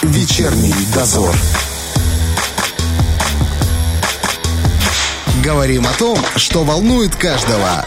Вечерний дозор. Говорим о том, что волнует каждого.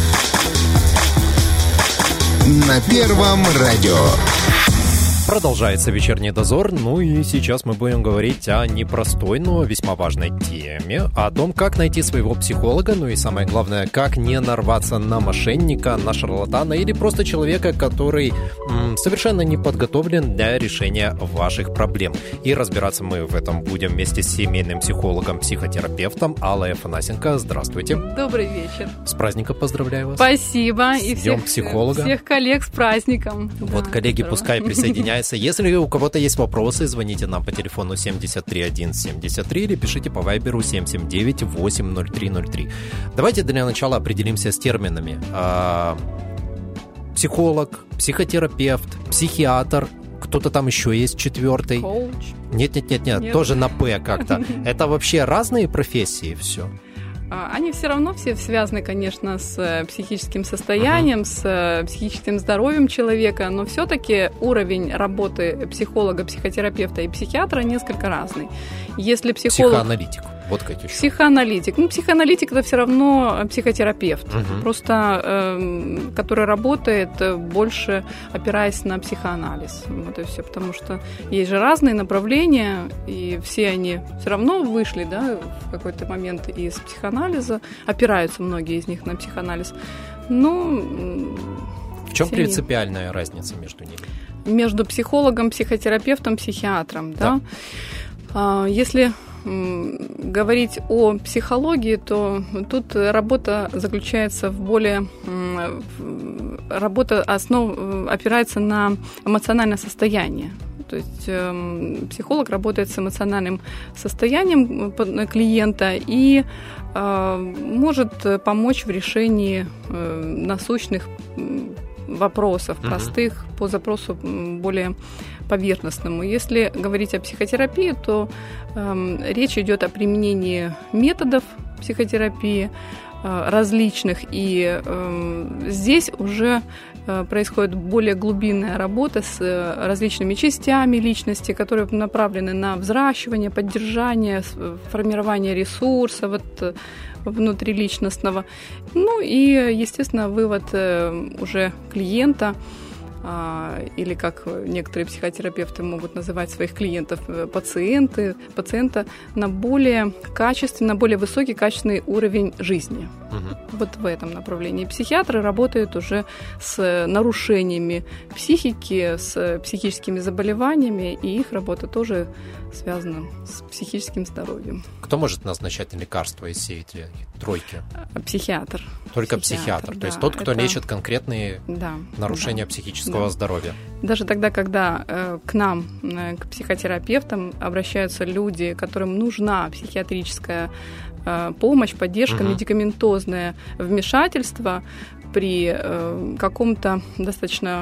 На Первом радио. Продолжается вечерний дозор, ну и сейчас мы будем говорить о непростой, но весьма важной теме, о том, как найти своего психолога, ну и самое главное, как не нарваться на мошенника, на шарлатана или просто человека, который совершенно не подготовлен для решения ваших проблем. И разбираться мы в этом будем вместе с семейным психологом, психотерапевтом Аллой Афанасенко. Здравствуйте. Добрый вечер. С праздником поздравляю вас. Спасибо. И всех коллег с праздником. Вот, да, коллеги, здорово. Пускай присоединяются. Если у кого-то есть вопросы, звоните нам по телефону 73173 или пишите по вайберу 779-80303. Давайте для начала определимся с терминами. Психолог, психотерапевт, психиатр. Кто-то там еще есть, четвертый. Коуч. Нет, тоже на «П» как-то. Это вообще разные профессии все? Они все равно все связаны, конечно, с психическим состоянием, с психическим здоровьем человека, но все-таки уровень работы психолога, психотерапевта и психиатра несколько разный. Если Психоаналитик. Вот как еще. Психоаналитик. Психоаналитик – это все равно психотерапевт, просто который работает больше опираясь на психоанализ. Вот и все, потому что есть же разные направления, и все они все равно вышли, да, в какой-то момент из психоанализа, опираются многие из них на психоанализ. Но в чем принципиальная разница между ними? Между психологом, психотерапевтом, психиатром, да? Если говорить о психологии, то тут работа заключается в более... Работа опирается на эмоциональное состояние. То есть психолог работает с эмоциональным состоянием клиента и может помочь в решении насущных вопросов, простых, по запросу более поверхностному. Если говорить о психотерапии, то речь идет о применении методов психотерапии различных, и здесь уже происходит более глубинная работа с различными частями личности, которые направлены на взращивание, поддержание, формирование ресурса внутриличностного. Ну и, естественно, вывод уже клиента, или, как некоторые психотерапевты могут называть своих клиентов, пациента на более качественный, на более высокий качественный уровень жизни. Вот в этом направлении. Психиатры работают уже с нарушениями психики, с психическими заболеваниями, и их работа тоже связана с психическим здоровьем. Кто может назначать лекарства из всей этой тройки? Психиатр. Только психиатр. Да, то есть тот, кто лечит конкретные нарушения психического здоровья. Даже тогда, когда к нам, к психотерапевтам, обращаются люди, которым нужна психиатрическая помощь, поддержка, медикаментозное вмешательство при каком-то достаточно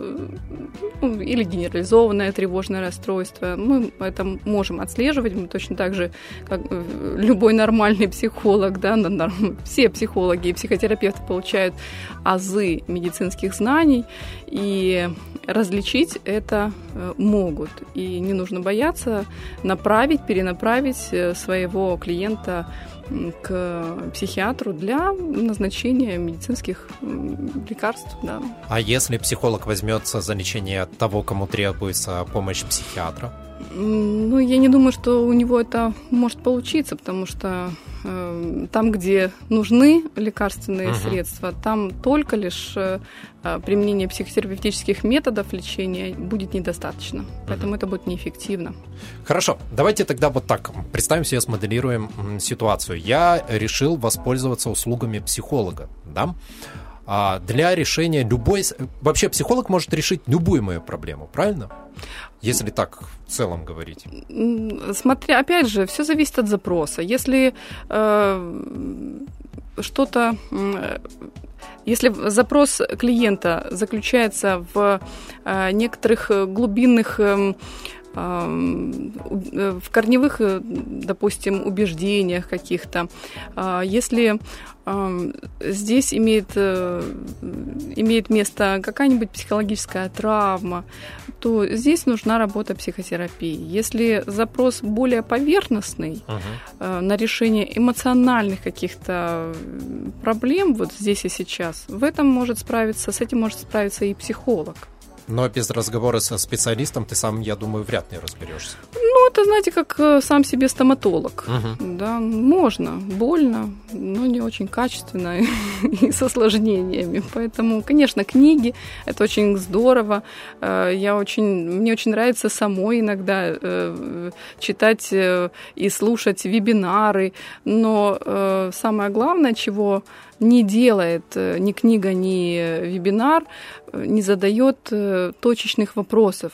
или генерализованное тревожное расстройство, мы это можем отслеживать, мы точно так же, как любой нормальный психолог, да, все психологи и психотерапевты получают азы медицинских знаний, и различить это могут. И не нужно бояться перенаправить своего клиента к психиатру для назначения медицинских лекарств. Да. А если психолог возьмется за лечение того, кому требуется помощь психиатра? Ну, я не думаю, что у него это может получиться, потому что там, где нужны лекарственные средства, там только лишь применение психотерапевтических методов лечения будет недостаточно. Поэтому это будет неэффективно. Хорошо. Давайте тогда вот так представим себе, смоделируем ситуацию. Я решил воспользоваться услугами психолога, да? Для решения вообще психолог может решить любую мою проблему, правильно? Если так в целом говорить. Смотря, опять же, все зависит от запроса. Если если запрос клиента заключается в некоторых глубинных в корневых, допустим, убеждениях каких-то. Если здесь имеет место какая-нибудь психологическая травма, то здесь нужна работа психотерапии. Если запрос более поверхностный на решение эмоциональных каких-то проблем вот здесь и сейчас, с этим может справиться и психолог. Но без разговора со специалистом ты сам, я думаю, вряд ли разберешься. Ну, это, знаете, как сам себе стоматолог. Да, можно, больно, но не очень качественно и с осложнениями. Поэтому, конечно, книги – это очень здорово. Мне очень нравится самой иногда читать и слушать вебинары. Но самое главное, чего не делает ни книга, ни вебинар, не задает точечных вопросов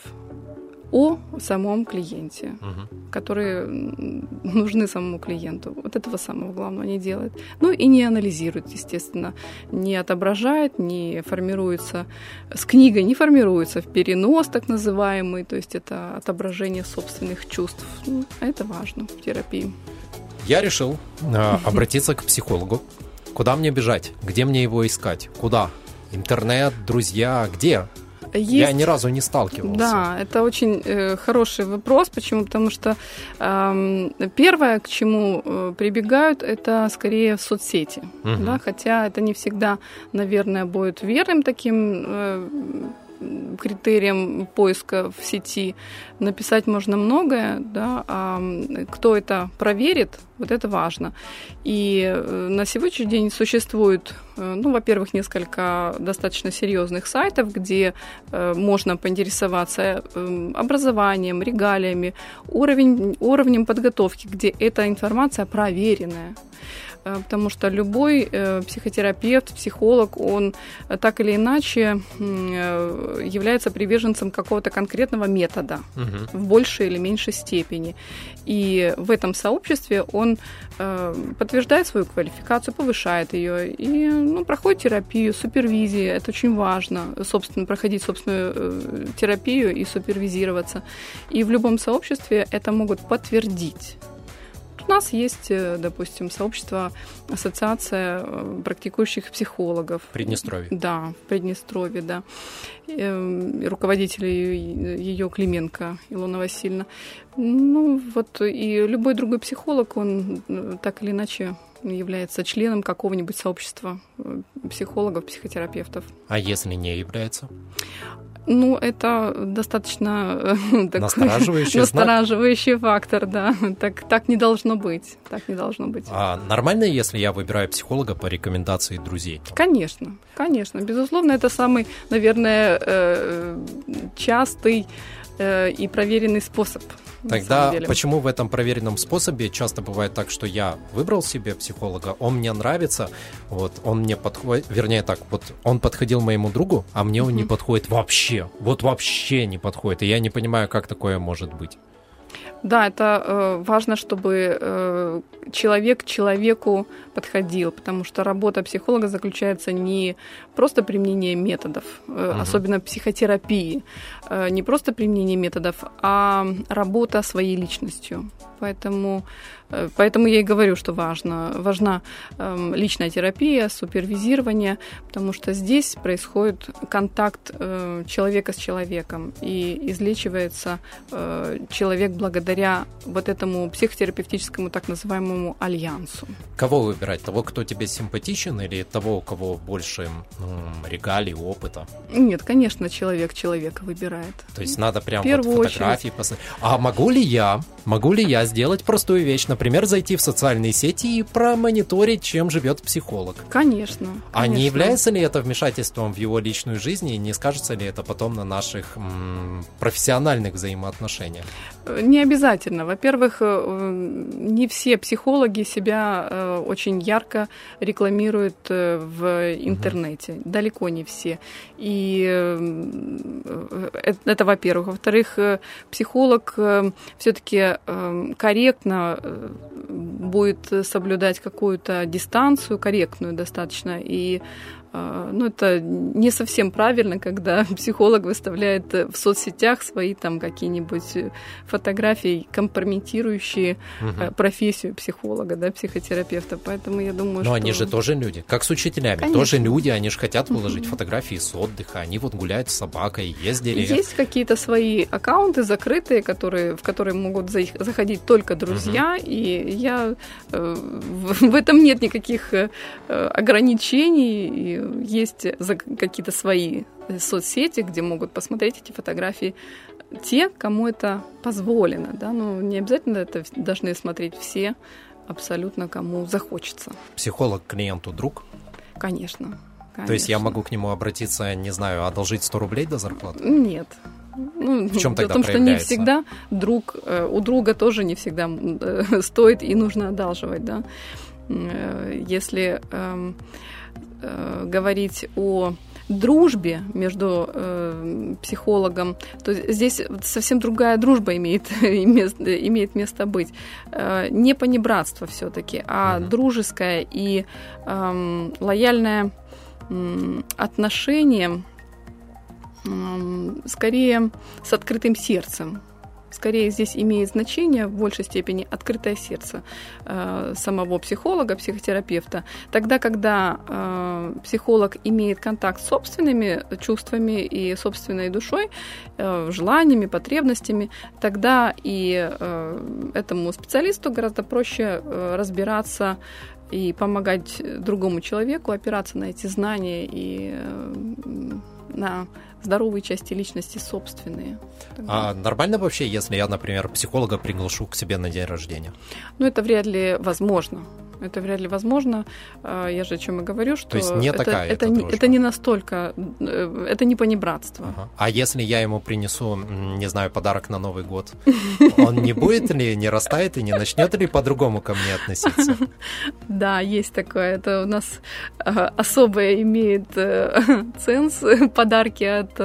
о самом клиенте, которые нужны самому клиенту. Вот этого самого главного не делает. Ну и не анализирует, естественно, не отображает, не формируется, с книгой не формируется в перенос так называемый, то есть это отображение собственных чувств. Ну, это важно в терапии. Я решил обратиться к психологу. Куда мне бежать? Где мне его искать? Куда? Интернет, друзья, где? Я ни разу не сталкивался. Да, это очень хороший вопрос. Почему? Потому что первое, к чему прибегают, это скорее соцсети. Да? Хотя это не всегда, наверное, будет верным таким критерием поиска в сети. Написать можно многое, да, а кто это проверит, вот это важно. И на сегодняшний день существует, во-первых, несколько достаточно серьезных сайтов, где можно поинтересоваться образованием, регалиями, уровнем подготовки, где эта информация проверенная. Потому что любой психотерапевт, психолог, он так или иначе является приверженцем какого-то конкретного метода в большей или меньшей степени. И в этом сообществе он подтверждает свою квалификацию, повышает ее и проходит терапию, супервизию. Это очень важно, проходить собственную терапию и супервизироваться. И в любом сообществе это могут подтвердить. У нас есть, допустим, сообщество, ассоциация практикующих психологов. В Приднестровье. Да, в Приднестровье, да. Руководитель ее Клименко Илона Васильевна. И любой другой психолог, он так или иначе является членом какого-нибудь сообщества психологов, психотерапевтов. А если не является? Это достаточно настораживающий фактор, да. Так не должно быть. Так не должно быть. А нормально, если я выбираю психолога по рекомендации друзей? Конечно. Безусловно, это самый, наверное, частый и проверенный способ. Тогда почему в этом проверенном способе часто бывает так, что я выбрал себе психолога, он мне нравится, он мне подходит, он подходил моему другу, а мне он не подходит вообще, вообще не подходит, и я не понимаю, как такое может быть. Да, это важно, чтобы человек к человеку подходил, потому что работа психолога заключается не просто применение методов, особенно психотерапии, не просто применение методов, а работа своей личностью. Поэтому я и говорю, что важна личная терапия, супервизирование, потому что здесь происходит контакт человека с человеком, и излечивается человек благодаря вот этому психотерапевтическому так называемому альянсу. Кого выбирать? Того, кто тебе симпатичен, или того, у кого больше регалий, опыта? Нет, конечно, человек человека выбирает. То есть надо прям фотографии посмотреть. А могу ли я сделать простую вещь, например, зайти в социальные сети и промониторить, чем живет психолог? Конечно. А не является ли это вмешательством в его личную жизнь, и не скажется ли это потом на наших профессиональных взаимоотношениях? Не обязательно. Во-первых, не все психологи себя очень ярко рекламируют в интернете. Далеко не все. И это во-первых. Во-вторых, психолог все-таки корректно будет соблюдать какую-то дистанцию, корректную достаточно, и ну, это не совсем правильно, когда психолог выставляет в соцсетях свои там какие-нибудь фотографии, компрометирующие профессию психолога, да, психотерапевта. Поэтому я думаю, Но что... они же тоже люди, как с учителями. Конечно. Тоже люди, они же хотят выложить фотографии с отдыха, они вот гуляют с собакой, ездили. Есть какие-то свои аккаунты закрытые, в которые могут заходить только друзья, и я в этом нет никаких ограничений. И есть какие-то свои соцсети, где могут посмотреть эти фотографии те, кому это позволено. Да? Ну, не обязательно это должны смотреть все, абсолютно кому захочется. Психолог клиенту друг? Конечно. То есть я могу к нему обратиться, не знаю, одолжить 100 рублей до зарплаты? Нет. Ну, в чем тогда потому что не всегда у друга тоже не всегда стоит и нужно одалживать, да. Если говорить о дружбе между психологом, то здесь совсем другая дружба имеет место быть. Не понебратство все-таки, а дружеское и лояльное отношение, скорее с открытым сердцем. Скорее здесь имеет значение в большей степени открытое сердце самого психолога, психотерапевта. Тогда, когда психолог имеет контакт с собственными чувствами и собственной душой, желаниями, потребностями, тогда и этому специалисту гораздо проще разбираться и помогать другому человеку, опираться на эти знания и на здоровые части личности собственные. А нормально вообще, если я, например, психолога приглашу к себе на день рождения? Ну, это вряд ли возможно. Это вряд ли возможно. Я же о чем и говорю, что то есть не такая это не настолько, это не понебратство. Ага. А если я ему принесу, не знаю, подарок на Новый год, он не будет ли, не растает и не начнет ли по-другому ко мне относиться? Да, есть такое. Это у нас особое имеет ценз подарки от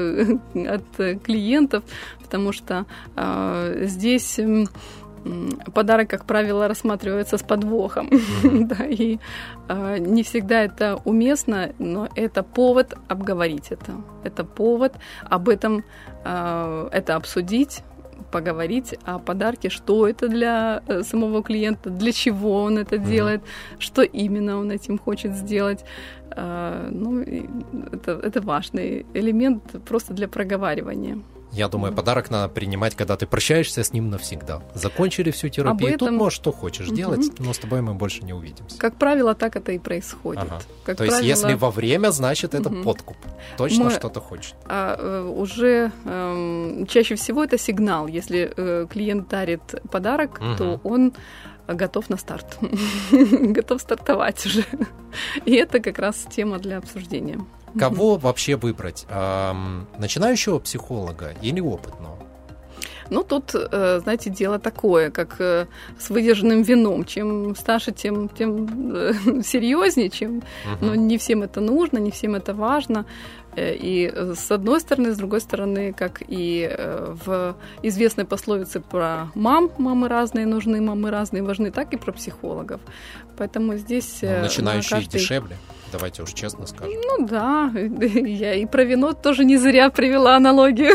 клиентов, потому что здесь подарок, как правило, рассматривается с подвохом. Да, и не всегда это уместно, но это повод обговорить это. Это повод об этом это обсудить, поговорить о подарке, что это для самого клиента, для чего он это делает, что именно он этим хочет сделать. Ну, это важный элемент просто для проговаривания. Я думаю, подарок надо принимать, когда ты прощаешься с ним навсегда. Закончили всю терапию, тут можешь что хочешь делать, но с тобой мы больше не увидимся. Как правило, так это и происходит. Ага. То есть, если во время, значит, это подкуп. Точно что-то хочет. Уже чаще всего это сигнал. Если клиент дарит подарок, то он готов на старт. Готов стартовать уже. И это как раз тема для обсуждения. Кого вообще выбрать? Начинающего психолога или опытного? Ну, тут, знаете, дело такое, как с выдержанным вином. Чем старше, тем серьезнее, но не всем это нужно, не всем это важно. И с одной стороны, с другой стороны, как и в известной пословице про мамы разные нужны, мамы разные важны, так и про психологов. Поэтому здесь... начинающие дешевле. Давайте уж честно скажем. Ну да, я и про вино тоже не зря привела аналогию.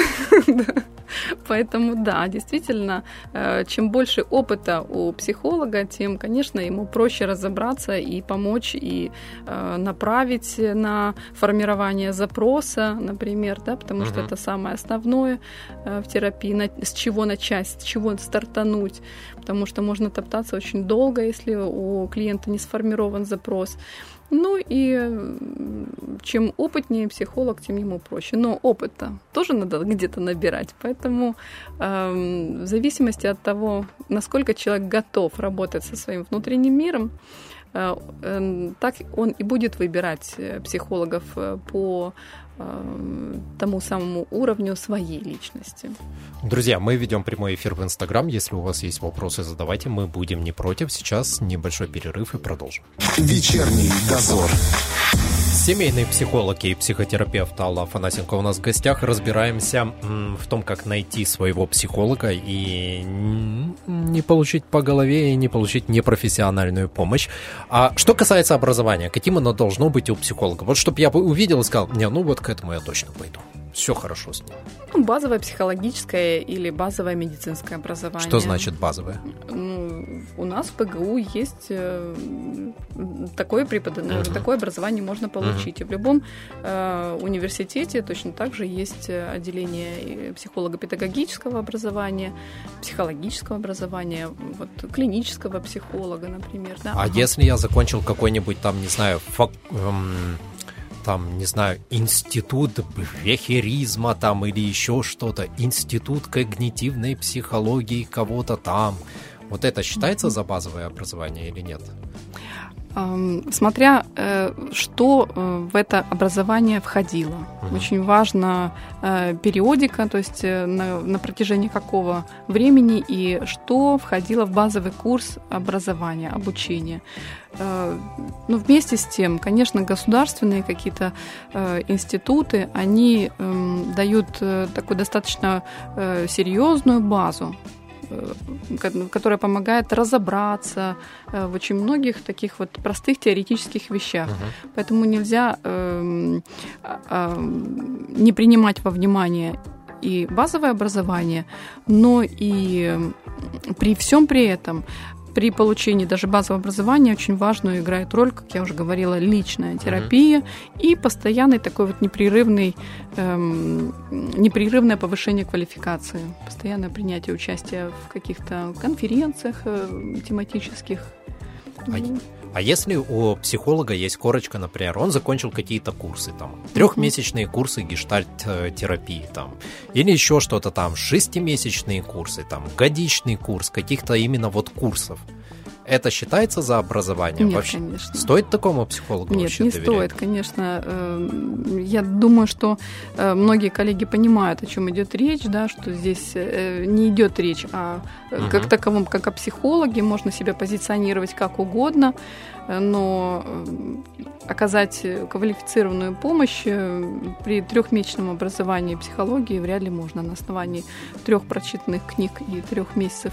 Поэтому да, действительно, чем больше опыта у психолога, тем, конечно, ему проще разобраться и помочь, и направить на формирование запроса, например, да, потому что это самое основное в терапии, с чего начать, с чего стартануть, потому что можно топтаться очень долго, если у клиента не сформирован запрос. Ну и чем опытнее психолог, тем ему проще. Но опыта тоже надо где-то набирать. Поэтому в зависимости от того, насколько человек готов работать со своим внутренним миром, так он и будет выбирать психологов по тому самому уровню своей личности. Друзья, мы ведем прямой эфир в Инстаграм. Если у вас есть вопросы, задавайте, мы будем не против. Сейчас небольшой перерыв и продолжим. Вечерний дозор. Семейный психолог и психотерапевт Алла Афанасенко у нас в гостях. Разбираемся в том, как найти своего психолога и не получить по голове, и не получить непрофессиональную помощь. А что касается образования, каким оно должно быть у психолога? Вот чтобы я увидел и сказал, вот к этому я точно пойду. Все хорошо с ним. Базовое психологическое или базовое медицинское образование. Что значит базовое? У нас в ПГУ есть такое образование можно получить. И в любом университете точно так же есть отделение психолого-педагогического образования, психологического образования, клинического психолога, например. Да? А если я закончил какой-нибудь институт вехеризма или еще что-то, институт когнитивной психологии кого-то там. Вот это считается за базовое образование или нет? Смотря что в это образование входило. Очень важна периодика, то есть на протяжении какого времени и что входило в базовый курс образования, обучения. Но вместе с тем, конечно, государственные какие-то институты, они дают такую достаточно серьезную базу, которая помогает разобраться в очень многих таких простых теоретических вещах. Поэтому нельзя не принимать во внимание и базовое образование, но и при всем при этом при получении даже базового образования очень важную играет роль, как я уже говорила, личная терапия и постоянный такой непрерывное повышение квалификации, постоянное принятие участия в каких-то конференциях тематических. А если у психолога есть корочка, например, он закончил какие-то курсы, трехмесячные курсы гештальт-терапии, или еще что-то 6-месячные курсы, годичный курс, каких-то именно курсов. Это считается за образование? Нет, вообще? Конечно. Стоит такому психологу вообще доверять? Нет, не стоит, конечно. Я думаю, что многие коллеги понимают, о чем идет речь, что здесь не идет речь как таковом, как о психологе, можно себя позиционировать как угодно, но оказать квалифицированную помощь при 3-месячном образовании психологии вряд ли можно на основании 3 прочитанных книг и 3 месяцев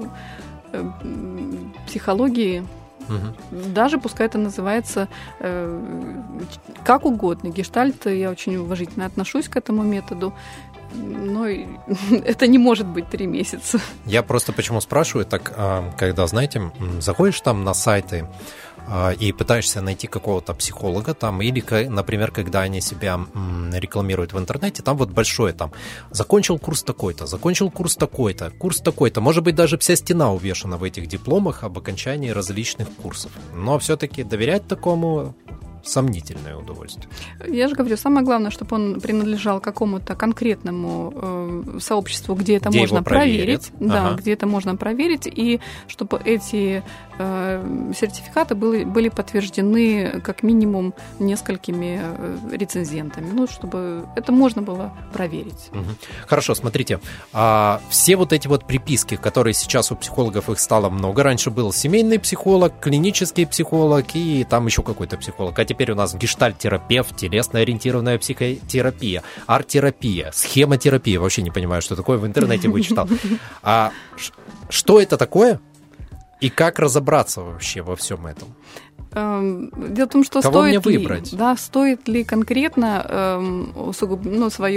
психологии, даже пускай это называется как угодно. Гештальт, я очень уважительно отношусь к этому методу, но это не может быть 3 месяца. Я просто почему спрашиваю, когда, знаете, заходишь на сайты и пытаешься найти какого-то психолога или, например, когда они себя рекламируют в интернете, большое закончил курс такой-то, закончил курс такой-то, может быть, даже вся стена увешана в этих дипломах об окончании различных курсов. Но все-таки доверять такому сомнительное удовольствие. Я же говорю, самое главное, чтобы он принадлежал какому-то конкретному сообществу, где это можно проверить. Да, где это можно проверить, и чтобы эти сертификаты были подтверждены как минимум несколькими рецензентами, чтобы это можно было проверить. Хорошо, смотрите, все эти приписки, которые сейчас у психологов их стало много, раньше был семейный психолог, клинический психолог и еще какой-то психолог, а теперь у нас гештальт-терапевт, телесно-ориентированная психотерапия, арт-терапия, схемотерапия, вообще не понимаю, что такое, в интернете вычитал. Что это такое? И как разобраться вообще во всем этом? Дело в том, что кого мне выбрать? Стоит ли конкретно свое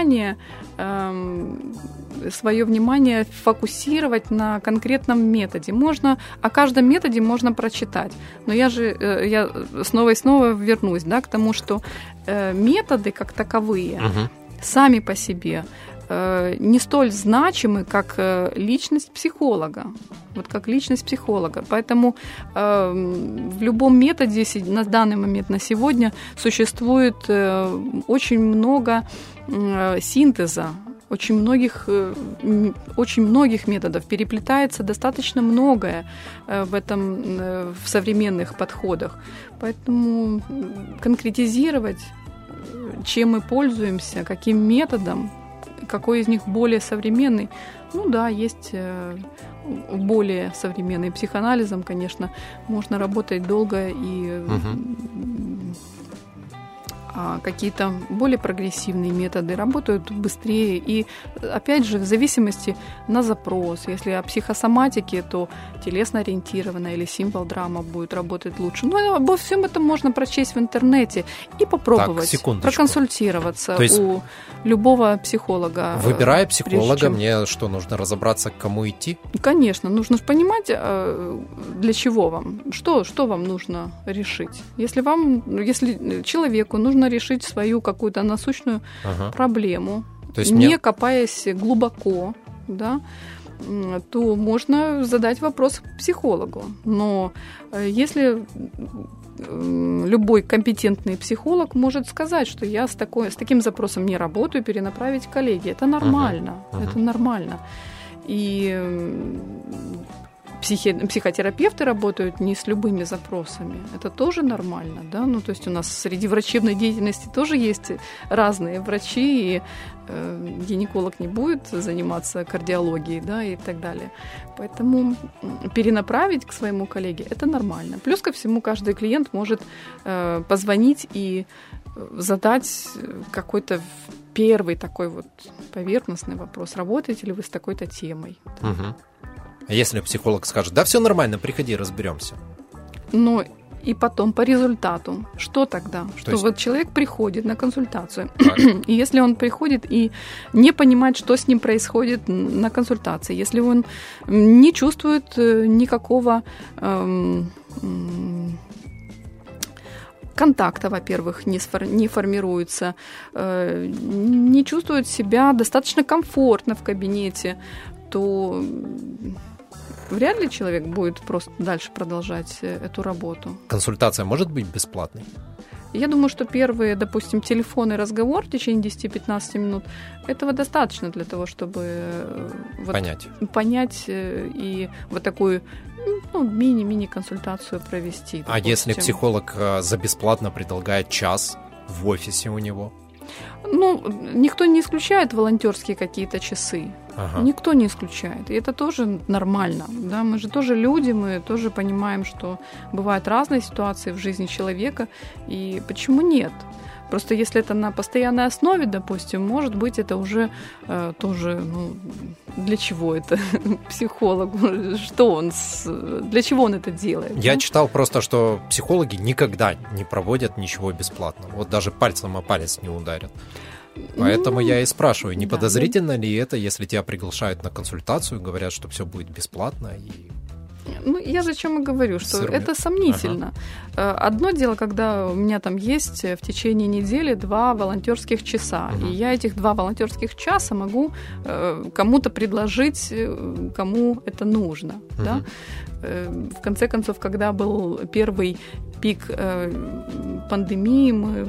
внимание фокусировать на конкретном методе. О каждом методе можно прочитать. Но я снова и снова вернусь к тому, что методы как таковые сами по себе не столь значимы, как личность психолога. Как личность психолога. Поэтому в любом методе на данный момент, на сегодня, существует очень много синтеза, очень многих методов, переплетается достаточно многое в современных подходах. Поэтому конкретизировать, чем мы пользуемся, каким методом, какой из них более современный. Есть более современный. Психоанализом, конечно, можно работать долго и какие-то более прогрессивные методы работают быстрее. И, опять же, в зависимости на запрос. Если о психосоматике, то телесно-ориентированная или символ-драма будет работать лучше. Но обо всем этом можно прочесть в интернете и попробовать, проконсультироваться у любого психолога. Выбирая психолога, мне что, нужно разобраться, к кому идти? Конечно, нужно же понимать, для чего вам, что вам нужно решить. Если человеку нужно решить свою какую-то насущную проблему, то есть не копаясь глубоко, да, то можно задать вопрос психологу. Но если любой компетентный психолог может сказать, что я с таким запросом не работаю, перенаправить к коллеге. Это нормально. Это нормально. И психотерапевты работают не с любыми запросами. Это тоже нормально, да? Ну, то есть у нас среди врачебной деятельности тоже есть разные врачи, и гинеколог не будет заниматься кардиологией, да, и так далее. Поэтому перенаправить к своему коллеге – это нормально. Плюс ко всему каждый клиент может позвонить и задать какой-то первый такой вот поверхностный вопрос. Работаете ли вы с такой-то темой? А если психолог скажет, да, все нормально, приходи, разберемся. Ну, и потом по результату. Что тогда? Что вот человек приходит на консультацию, и если он приходит и не понимает, что с ним происходит на консультации, если он не чувствует никакого контакта, во-первых, не формируется, не чувствует себя достаточно комфортно в кабинете, то вряд ли человек будет просто дальше продолжать эту работу. Консультация может быть бесплатной? Я думаю, что первые, допустим, телефонный разговор в течение 10-15 минут, этого достаточно для того, чтобы понять и вот такую мини-консультацию провести. А допустим. Если психолог за бесплатно предлагает час в офисе у него? Ну, никто не исключает волонтерские какие-то часы. Никто не исключает. И это тоже нормально. Да? Мы же тоже люди, мы тоже понимаем, что бывают разные ситуации в жизни человека. И почему нет? Просто если это на постоянной основе, допустим, может быть, это уже тоже, для чего это психолог? Для чего он это делает? Я читал просто, что психологи никогда не проводят ничего бесплатно. Вот даже пальцем о палец не ударят. Поэтому я и спрашиваю, не подозрительно ли это, если тебя приглашают на консультацию, говорят, что все будет бесплатно и... Я зачем и говорю, что это сомнительно. Одно дело, когда у меня там есть в течение недели 2 волонтерских часа, и я этих 2 волонтерских часа могу кому-то предложить, кому это нужно. Да? В конце концов, когда был первый пик пандемии, мы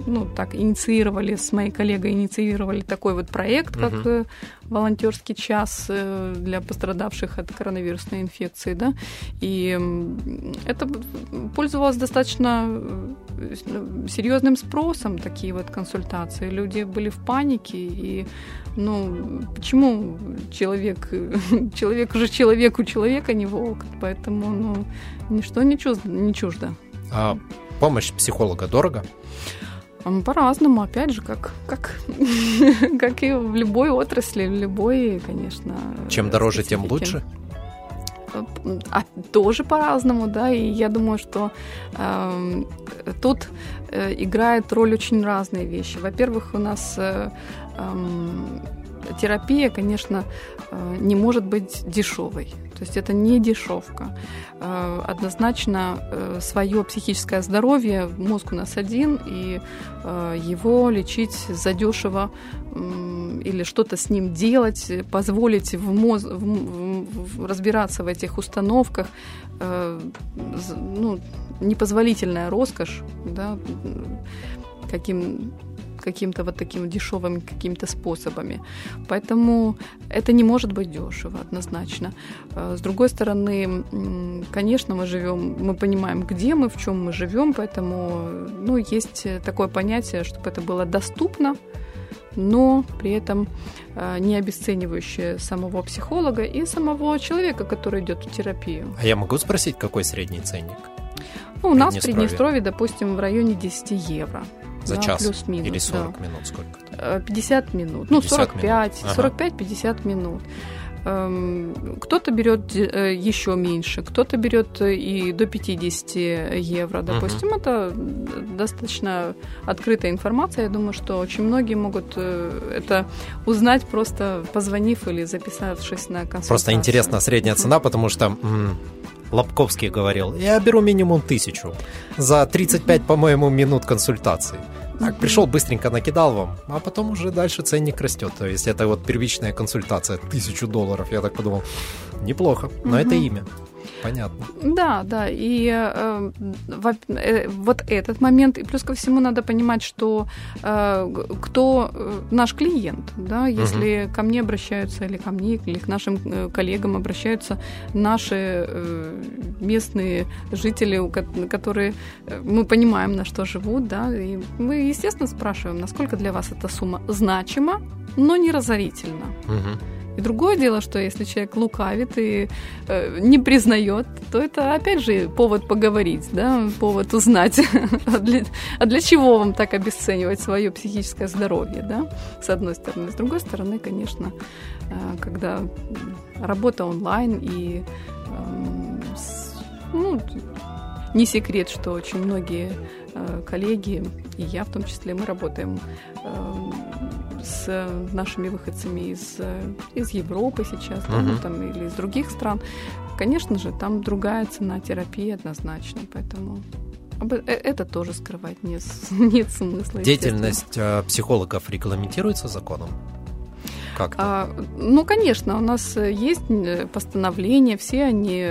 с моей коллегой инициировали такой вот проект, как волонтерский час для пострадавших от коронавирусной инфекции, да, и это пользовалось достаточно серьезным спросом, такие вот консультации. Люди были в панике, и, почему человек уже человек у человека, не волк, поэтому, ничто не чуждо. А помощь психолога дорого? По-разному, опять же, как и в любой отрасли, в любой, конечно. Чем дороже, тем лучше? Тоже по-разному, да, и я думаю, что тут играют роль очень разные вещи. Во-первых, у нас терапия, конечно, не может быть дешевой. То есть это не дешевка. Однозначно свое психическое здоровье, мозг у нас один, и его лечить задешево или что-то с ним делать, позволить разбираться в этих установках, непозволительная роскошь, да, каким-то вот таким дешевыми какими-то способами. Поэтому это не может быть дешево, однозначно. С другой стороны, конечно, мы понимаем, где мы, в чем мы живем, поэтому есть такое понятие, чтобы это было доступно, но при этом не обесценивающее самого психолога и самого человека, который идет в терапию. А я могу спросить, какой средний ценник? У нас в Приднестровье, допустим, в районе 10 евро. За час? Плюс-минус. Или 40 минут? Сколько? 50 минут. 50 45-50 минут. Кто-то берет еще меньше, кто-то берет и до 50 евро, допустим. Это достаточно открытая информация. Я думаю, что очень многие могут это узнать, просто позвонив или записавшись на консультацию. Просто интересна средняя цена, потому что Лобковский говорил, я беру минимум 1000 за 35, по-моему, минут консультации. Так, пришел, быстренько накидал вам, а потом уже дальше ценник растет. То есть это вот первичная консультация, $1000. Я так подумал, неплохо, но это имя. Понятно. Да, и вот этот момент, и плюс ко всему надо понимать, что кто наш клиент, да, если ко мне обращаются, или ко мне, или к нашим коллегам обращаются наши местные жители, которые мы понимаем, на что живут, да, и мы, естественно, спрашиваем, насколько для вас эта сумма значима, но не разорительна. И другое дело, что если человек лукавит и не признает, то это, опять же, повод поговорить, да, повод узнать, а для чего вам так обесценивать свое психическое здоровье, да, с одной стороны. С другой стороны, конечно, когда работа онлайн и, не секрет, что очень многие коллеги, и я в том числе, мы работаем с нашими выходцами из Европы сейчас, или из других стран. Конечно же, там другая цена терапии однозначно, поэтому это тоже скрывать нет смысла. Деятельность психологов регламентируется законом? Как-то? Конечно, у нас есть постановления, все они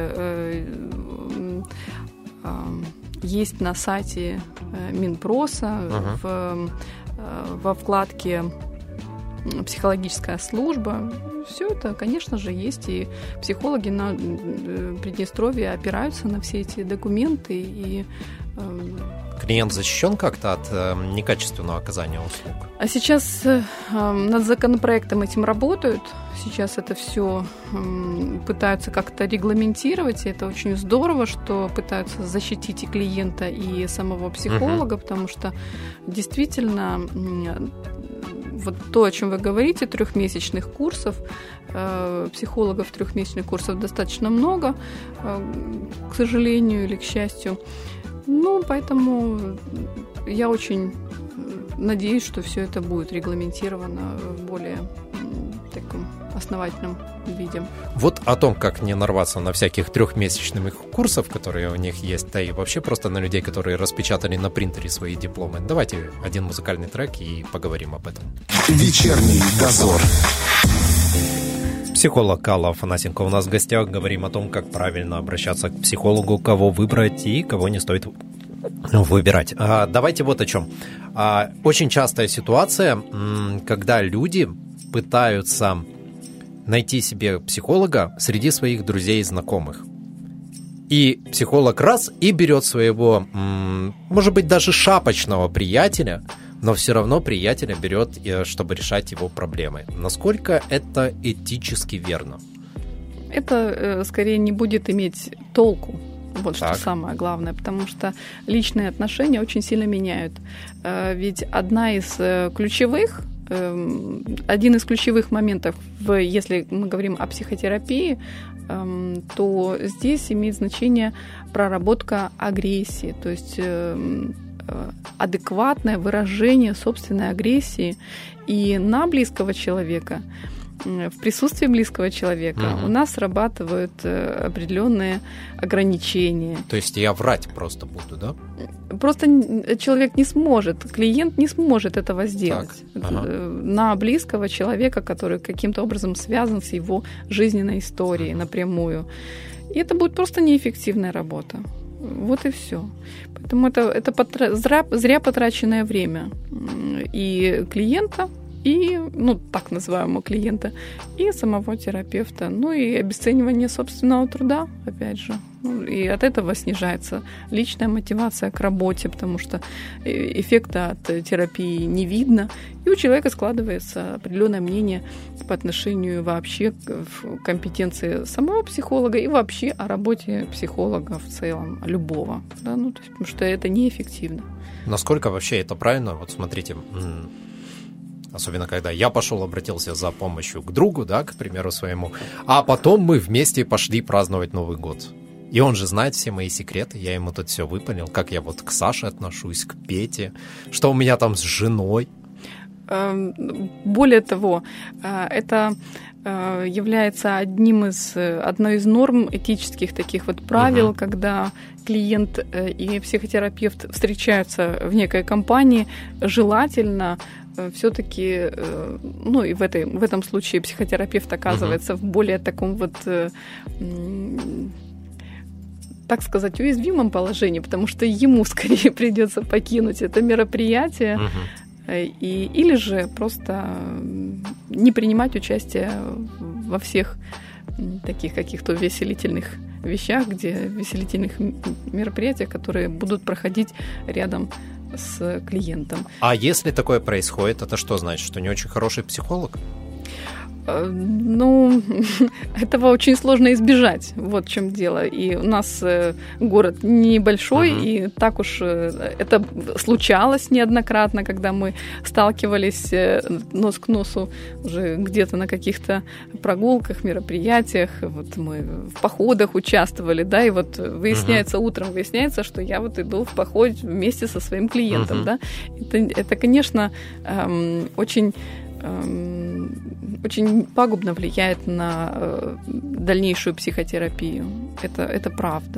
есть на сайте Минпроса во вкладке «Психологическая служба». Все это, конечно же, есть, и психологи на Приднестровье опираются на все эти документы. И клиент защищен как-то от некачественного оказания услуг? А сейчас над законопроектом этим работают. Сейчас это все пытаются как-то регламентировать, и это очень здорово, что пытаются защитить и клиента, и самого психолога, потому что действительно вот то, о чем вы говорите, 3-месячных курсов, психологов 3-месячных курсов достаточно много, к сожалению или к счастью. Поэтому я очень надеюсь, что все это будет регламентировано в более таком основательном виде. Вот о том, как не нарваться на всяких 3-месячных курсов, которые у них есть, да и вообще просто на людей, которые распечатали на принтере свои дипломы. Давайте один музыкальный трек и поговорим об этом. Вечерний дозор. Психолог Алла Афанасенко у нас в гостях. Говорим о том, как правильно обращаться к психологу, кого выбрать и кого не стоит выбирать. Давайте вот о чем. Очень частая ситуация, когда люди пытаются найти себе психолога среди своих друзей и знакомых. И психолог раз и берет своего, может быть, даже шапочного приятеля, но все равно приятеля берет, чтобы решать его проблемы. Насколько это этически верно? Это скорее не будет иметь толку. Вот так. Что самое главное, потому что личные отношения очень сильно меняют. Ведь один из ключевых моментов, если мы говорим о психотерапии, то здесь имеет значение проработка агрессии, то есть адекватное выражение собственной агрессии и на близкого человека, в присутствии близкого человека у нас срабатывают определенные ограничения. То есть я врать просто буду, да? Просто человек не сможет, клиент не сможет этого сделать на близкого человека, который каким-то образом связан с его жизненной историей напрямую. И это будет просто неэффективная работа. Вот и все. Поэтому это зря потраченное время и клиента, и, так называемого клиента, и самого терапевта, и обесценивание собственного труда, опять же. И от этого снижается личная мотивация к работе, потому что эффекта от терапии не видно, и у человека складывается определенное мнение по отношению вообще к компетенции самого психолога и вообще о работе психолога в целом, любого, да? То есть, потому что это неэффективно. Насколько вообще это правильно? Вот смотрите, особенно когда я пошел, обратился за помощью к другу, да, к примеру своему, а потом мы вместе пошли праздновать Новый год. И он же знает все мои секреты, я ему тут все выпалил, как я вот к Саше отношусь, к Пете, что у меня там с женой. Более того, это является одной из норм этических таких вот правил, когда клиент и психотерапевт встречаются в некой компании, желательно все-таки, и в этом случае психотерапевт оказывается в более таком вот, так сказать, уязвимом положении, потому что ему скорее придется покинуть это мероприятие, или же просто не принимать участие во всех таких каких-то веселительных вещах, веселительных мероприятиях, которые будут проходить рядом с клиентом. А если такое происходит, это что значит, что не очень хороший психолог? Этого очень сложно избежать, вот в чем дело. И у нас город небольшой, и так уж это случалось неоднократно, когда мы сталкивались нос к носу уже где-то на каких-то прогулках, мероприятиях, вот мы в походах участвовали, да, и вот утром выясняется, что я вот иду в поход вместе со своим клиентом, да. Это, конечно, очень пагубно влияет на дальнейшую психотерапию. Это правда.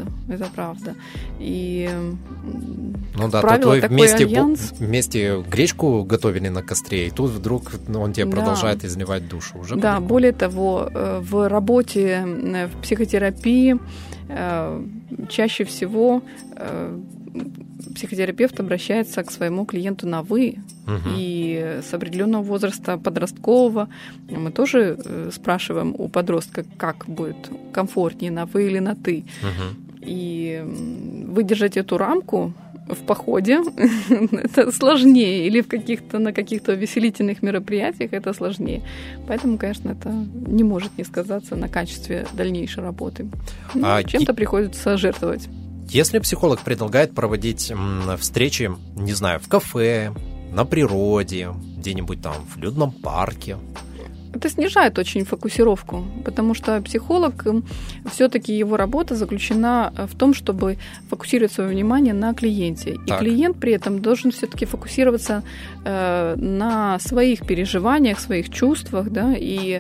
И правило такой альянс. Вместе гречку готовили на костре, и тут вдруг он тебе продолжает изливать душу. Уже да, более того, в работе в психотерапии чаще всего психотерапевт обращается к своему клиенту на «вы», и с определенного возраста подросткового мы тоже спрашиваем у подростка, как будет комфортнее, на «вы» или на «ты». И выдержать эту рамку в походе это сложнее, или на каких-то веселительных мероприятиях это сложнее. Поэтому, конечно, это не может не сказаться на качестве дальнейшей работы. Чем-то приходится жертвовать. Если психолог предлагает проводить встречи, не знаю, в кафе, на природе, где-нибудь там в людном парке, это снижает очень фокусировку, потому что психолог, все-таки его работа заключена в том, чтобы фокусировать свое внимание на клиенте. И клиент при этом должен все-таки фокусироваться на своих переживаниях, своих чувствах, да, и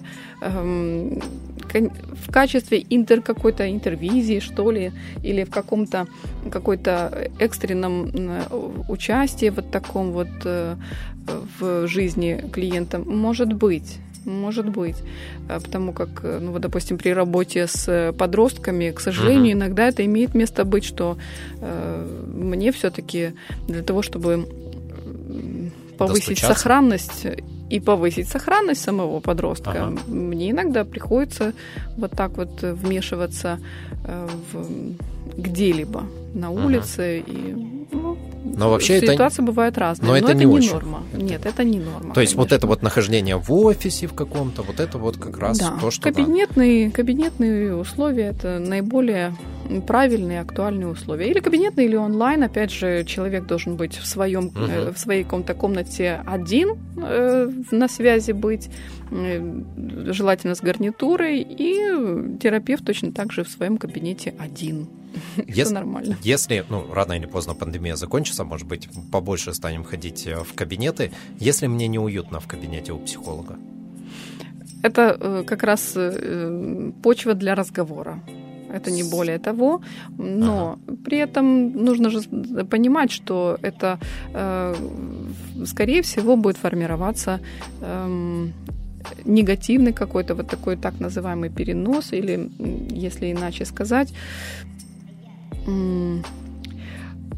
в качестве какой-то интервизии, что ли, или в какой-то экстренном участии вот таком вот в жизни клиента может быть, потому как, допустим, при работе с подростками, к сожалению, иногда это имеет место быть, что мне все-таки для того, чтобы повысить сохранность и повысить сохранность самого подростка, мне иногда приходится вот так вот вмешиваться где-либо на улице и но вообще ситуации бывают разные. Но это не норма. Нет, это не норма. То есть вот это вот нахождение в офисе в каком-то, вот это вот как раз то, что... Кабинетные условия – это наиболее правильные, актуальные условия. Или кабинетные, или онлайн. Опять же, человек должен быть в своей какой-то комнате один, на связи быть, желательно с гарнитурой, и терапевт точно так же в своем кабинете один. Все нормально. Если, рано или поздно пандемия закончится, может быть, побольше станем ходить в кабинеты, если мне неуютно в кабинете у психолога? Это как раз почва для разговора. Это не более того, но при этом нужно же понимать, что это, скорее всего, будет формироваться негативный какой-то вот такой так называемый перенос, или, если иначе сказать,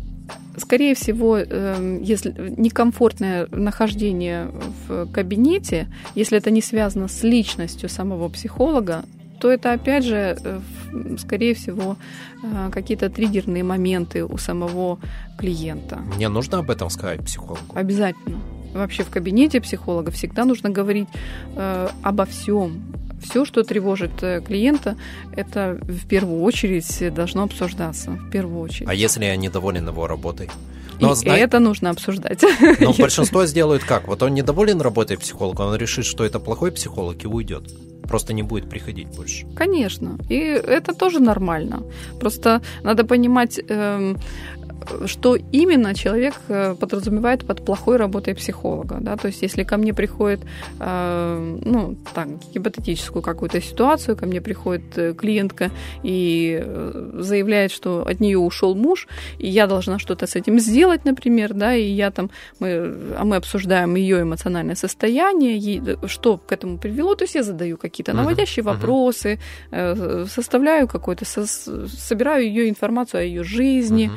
Скорее всего, если некомфортное нахождение в кабинете, если это не связано с личностью самого психолога, то это, опять же, скорее всего, какие-то триггерные моменты у самого клиента. Мне нужно об этом сказать психологу? Обязательно. Вообще в кабинете психолога всегда нужно говорить обо всем. Все, что тревожит клиента, это в первую очередь должно обсуждаться. В первую очередь. А если я недоволен его работой? Это нужно обсуждать. Но большинство сделают как? Вот он недоволен работой психолога, он решит, что это плохой психолог и уйдет. Просто не будет приходить больше. Конечно. И это тоже нормально. Просто надо понимать, что именно человек подразумевает под плохой работой психолога. Да? То есть если ко мне приходит, гипотетическую какую-то ситуацию, ко мне приходит клиентка и заявляет, что от нее ушел муж, и я должна что-то с этим сделать, например, да, и мы обсуждаем ее эмоциональное состояние, что к этому привело, то есть я задаю какие-то наводящие вопросы, составляю собираю ее информацию о ее жизни,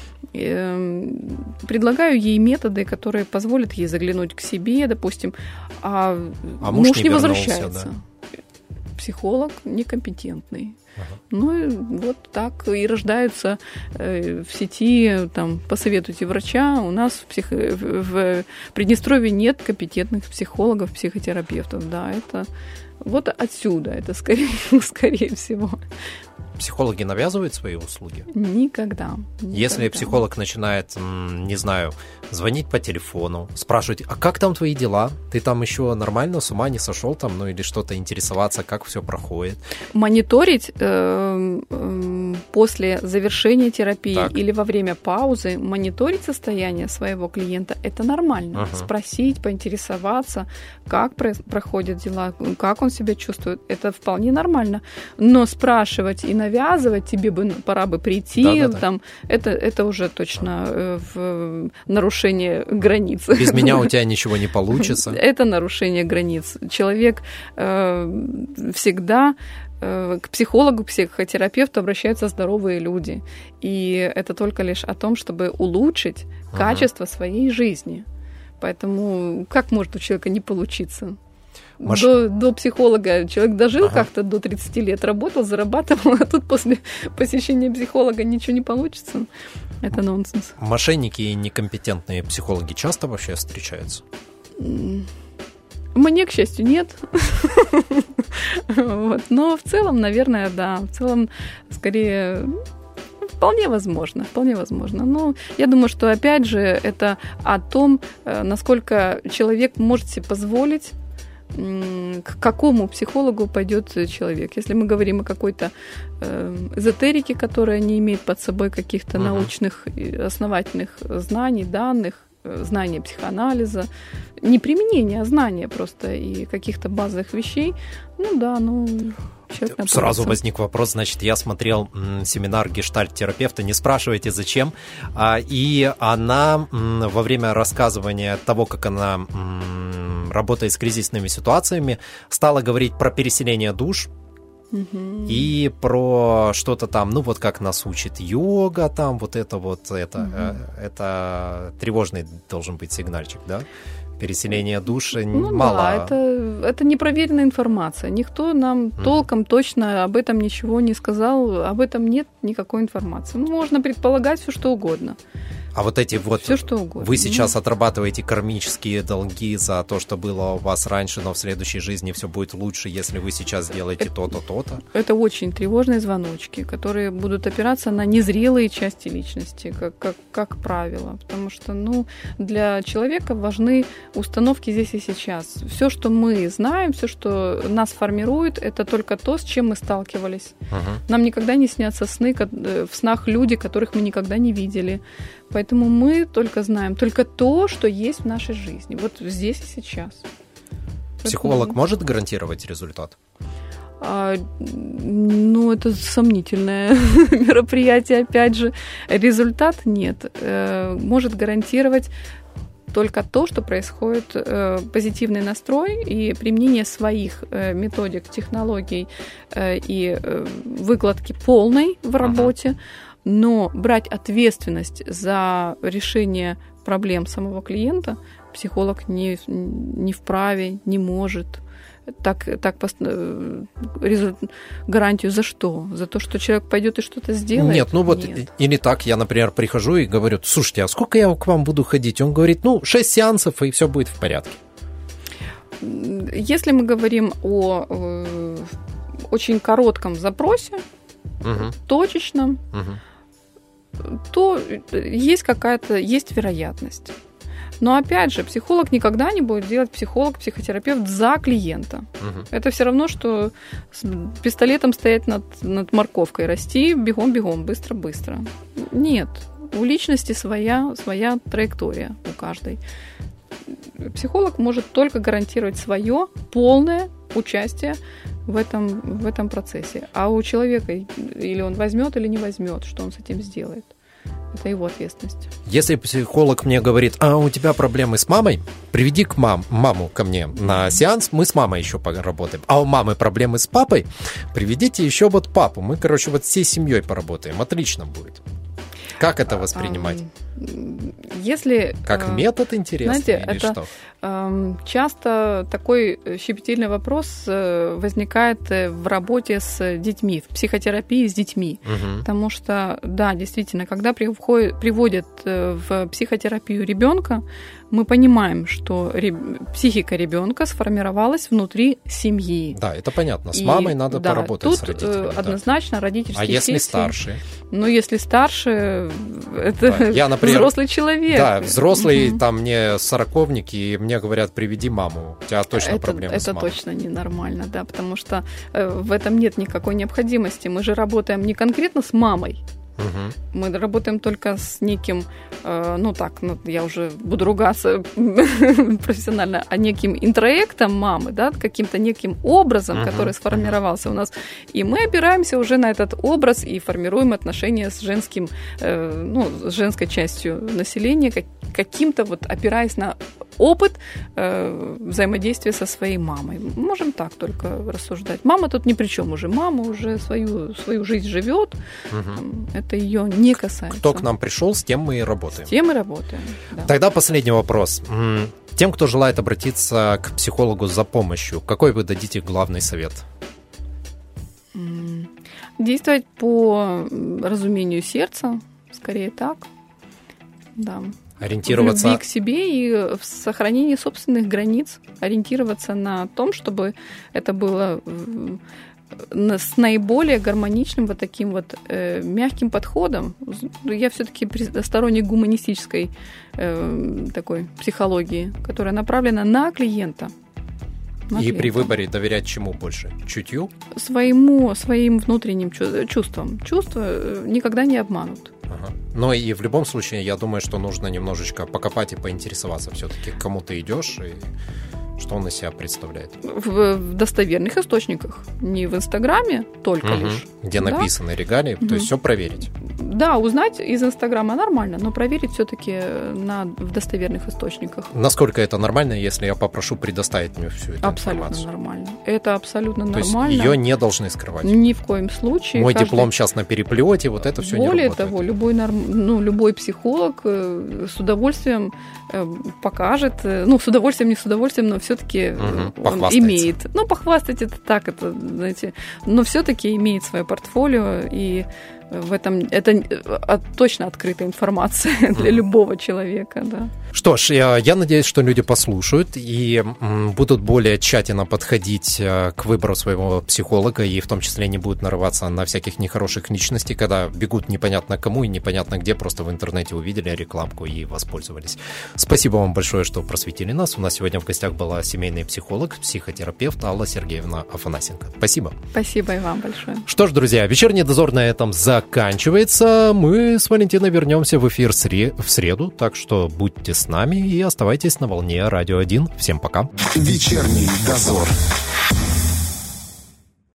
предлагаю ей методы, которые позволят ей заглянуть к себе, допустим, а муж не возвращается. Да? Психолог некомпетентный. Ну и вот так и рождаются в сети, посоветуйте врача. У нас в Приднестровье нет компетентных психологов, психотерапевтов. Да, это вот отсюда, это скорее всего. Психологи навязывают свои услуги? Никогда. Если психолог начинает, не знаю, звонить по телефону, спрашивать, а как там твои дела? Ты там еще нормально, с ума не сошел там, или что-то интересоваться, как все проходит? Мониторить после завершения терапии или во время паузы, мониторить состояние своего клиента, это нормально. Спросить, поинтересоваться, как проходят дела, как он себя чувствует, это вполне нормально. Но спрашивать и навязывать, тебе пора бы прийти, это уже точно в нарушение границ. Без меня у тебя ничего не получится. Это нарушение границ. Человек всегда к психологу, к психотерапевту обращаются здоровые люди. И это только лишь о том, чтобы улучшить качество своей жизни. Поэтому как может у человека не получиться? До психолога человек дожил как-то до 30 лет, работал, зарабатывал, а тут после посещения психолога ничего не получится. Это нонсенс. Мошенники и некомпетентные психологи часто вообще встречаются? Мне, к счастью, нет. Но в целом, наверное, да. В целом, скорее... Вполне возможно. Но я думаю, что, опять же, это о том, насколько человек может себе позволить, к какому психологу пойдет человек. Если мы говорим о какой-то эзотерике, которая не имеет под собой каких-то научных основательных знаний, данных, знания психоанализа, не применение, а знания просто и каких-то базовых вещей, человек сразу возник вопрос, значит, я смотрел семинар гештальт-терапевта, не спрашивайте зачем, и она во время рассказывания того, как она работает с кризисными ситуациями, стала говорить про переселение душ, и про что-то там, как нас учит йога, там это тревожный должен быть сигнальчик, да? Переселение души мало. Да, это непроверенная информация. Никто нам толком точно об этом ничего не сказал, об этом нет никакой информации. Можно предполагать все что угодно. А вот эти все, что угодно. Вы сейчас отрабатываете кармические долги за то, что было у вас раньше, но в следующей жизни все будет лучше, если вы сейчас сделаете то-то, то-то. Это очень тревожные звоночки, которые будут опираться на незрелые части личности, как правило. Потому что для человека важны установки здесь и сейчас. Все, что мы знаем, все, что нас формирует, это только то, с чем мы сталкивались. Нам никогда не снятся сны, в снах люди, которых мы никогда не видели. Поэтому мы только знаем только то, что есть в нашей жизни. Вот здесь и сейчас. Психолог может гарантировать результат? Это сомнительное мероприятие, опять же. Результат нет. Может гарантировать только то, что происходит позитивный настрой и применение своих методик, технологий и выкладки полной в работе. Но брать ответственность за решение проблем самого клиента психолог не вправе, не может. Гарантию за что? За то, что человек пойдет и что-то сделает? Нет, Нет. Или так, я, например, прихожу и говорю: слушайте, а сколько я к вам буду ходить? Он говорит: 6 сеансов, и все будет в порядке. Если мы говорим о очень коротком запросе, точечном, то есть вероятность. Но опять же, психолог никогда не будет делать психотерапевт за клиента. Это все равно, что с пистолетом стоять над морковкой, расти бегом-бегом, быстро-быстро. Нет, у личности своя траектория у каждой. Психолог может только гарантировать свое полное участие в этом процессе. А у человека или он возьмет, или не возьмет, что он с этим сделает. Это его ответственность. Если психолог мне говорит: а у тебя проблемы с мамой, приведи маму ко мне на сеанс, мы с мамой еще поработаем. А у мамы проблемы с папой, приведите еще папу. Мы, всей семьей поработаем. Отлично будет. Как это воспринимать? Как метод интересный, знаете, или это что? Часто такой щепетильный вопрос возникает в работе с детьми, в психотерапии с детьми. Потому что, да, действительно, когда приводят в психотерапию ребенка, мы понимаем, что психика ребенка сформировалась внутри семьи. Да, это понятно. С мамой надо поработать с родителями. Однозначно родительские сессии. А если старше? Если старше, это я, например, взрослый человек. Да, взрослый, там мне сороковник, и мне говорят: приведи маму, у тебя точно проблемы с мамой. Это точно ненормально, да, потому что в этом нет никакой необходимости. Мы же работаем не конкретно с мамой. Мы работаем только с неким, я уже буду ругаться профессионально, а неким интроектом мамы, да, каким-то неким образом, который сформировался у нас. И мы опираемся уже на этот образ и формируем отношения с женской частью населения, каким-то опираясь на опыт взаимодействия со своей мамой. Можем так только рассуждать. Мама тут ни при чем уже. Мама уже свою жизнь живет. Это ее не касается. Кто к нам пришел, с тем мы и работаем. С тем и работаем. Да. Тогда последний вопрос. Тем, кто желает обратиться к психологу за помощью, какой вы дадите главный совет? Действовать по разумению сердца, скорее так. Да. Ориентироваться... В любви к себе и в сохранении собственных границ. Ориентироваться на том, чтобы это было с наиболее гармоничным таким мягким подходом. Я все-таки сторонник гуманистической такой психологии, которая направлена на клиента. И при выборе доверять чему больше? Чутью? Своим внутренним чувствам. Чувства никогда не обманут. Ага. Но и в любом случае, я думаю, что нужно немножечко покопать и поинтересоваться все-таки, к кому ты идешь и что он из себя представляет. В достоверных источниках. Не в Инстаграме только лишь. Где написаны регалии, то есть все проверить. Да, узнать из Инстаграма нормально, но проверить все-таки в достоверных источниках. Насколько это нормально, если я попрошу предоставить мне всю эту абсолютно информацию? Нормально. Это абсолютно то нормально. Есть ее не должны скрывать? Ни в коем случае. Мой диплом сейчас на переплете, это все не работает. Более того, любой психолог с удовольствием покажет, с удовольствием, не с удовольствием, но все-таки он имеет. Похвастать это так, знаете, но все-таки имеет свое портфолио, и в этом это точно открытая информация для любого человека, да. Что ж, я надеюсь, что люди послушают и будут более тщательно подходить к выбору своего психолога, и в том числе не будут нарываться на всяких нехороших личностей, когда бегут непонятно кому и непонятно где, просто в интернете увидели рекламку и воспользовались. Спасибо вам большое, что просветили нас. У нас сегодня в гостях была семейный психолог, психотерапевт Алла Сергеевна Афанасенко. Спасибо. Спасибо и вам большое. Что ж, друзья, вечерний дозор на этом заканчивается. Мы с Валентиной вернемся в эфир в среду, так что будьте с нами и оставайтесь на волне Радио 1. Всем пока. Вечерний дозор.